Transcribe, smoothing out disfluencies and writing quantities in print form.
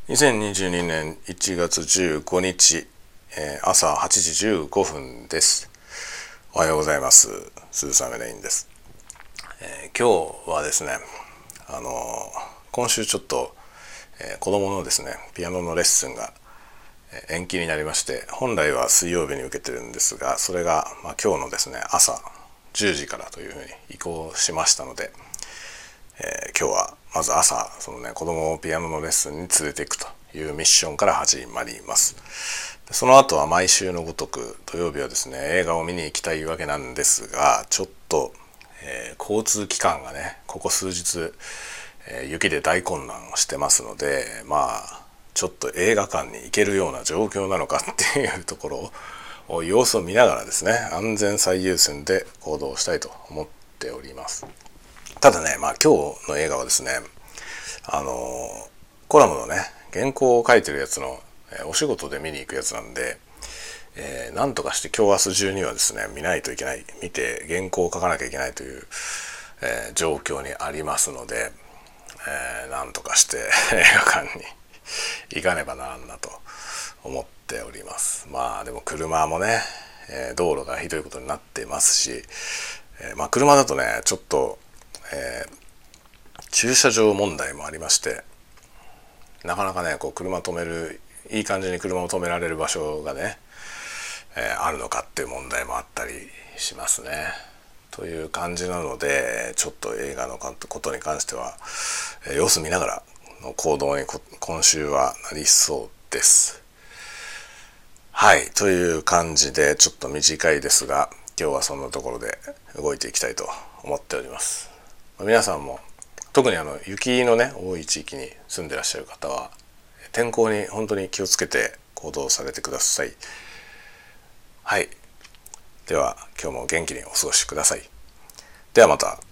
2022年1月15日、朝8時15分です。おはようございます。鈴雨レインです。今日はですね、今週ちょっと、子供のですねピアノのレッスンが延期になりまして、本来は水曜日に受けてるんですが、それが、今日のですね朝10時からというふうに移行しましたので、今日はまず朝子供をピアノのレッスンに連れていくというミッションから始まります。その後は毎週のごとく土曜日はですね映画を見に行きたいわけなんですが、ちょっと、交通機関がねここ数日、雪で大混乱をしてますので、ちょっと映画館に行けるような状況なのかっていうところを様子を見ながらですね、安全最優先で行動したいと思っております。ただね、今日の映画はですね、コラムのね原稿を書いてるやつの、お仕事で見に行くやつなんで、なんとかして今日明日中にはですね見ないといけない、見て原稿を書かなきゃいけないという、状況にありますので、なんとかして映画館に行かねばならんなと思っております。でも車もね、道路がひどいことになってますし、車だとねちょっと、駐車場問題もありまして、なかなかね車止める、いい感じに車を止められる場所がね、あるのかっていう問題もあったりしますね。という感じなので、ちょっと映画のことに関しては、様子見ながらの行動に今週はなりそうです。はい、という感じでちょっと短いですが、今日はそんなところで動いていきたいと思っております。皆さんも特に雪のね多い地域に住んでらっしゃる方は、天候に本当に気をつけて行動されてください。はい、では今日も元気にお過ごしください。ではまた。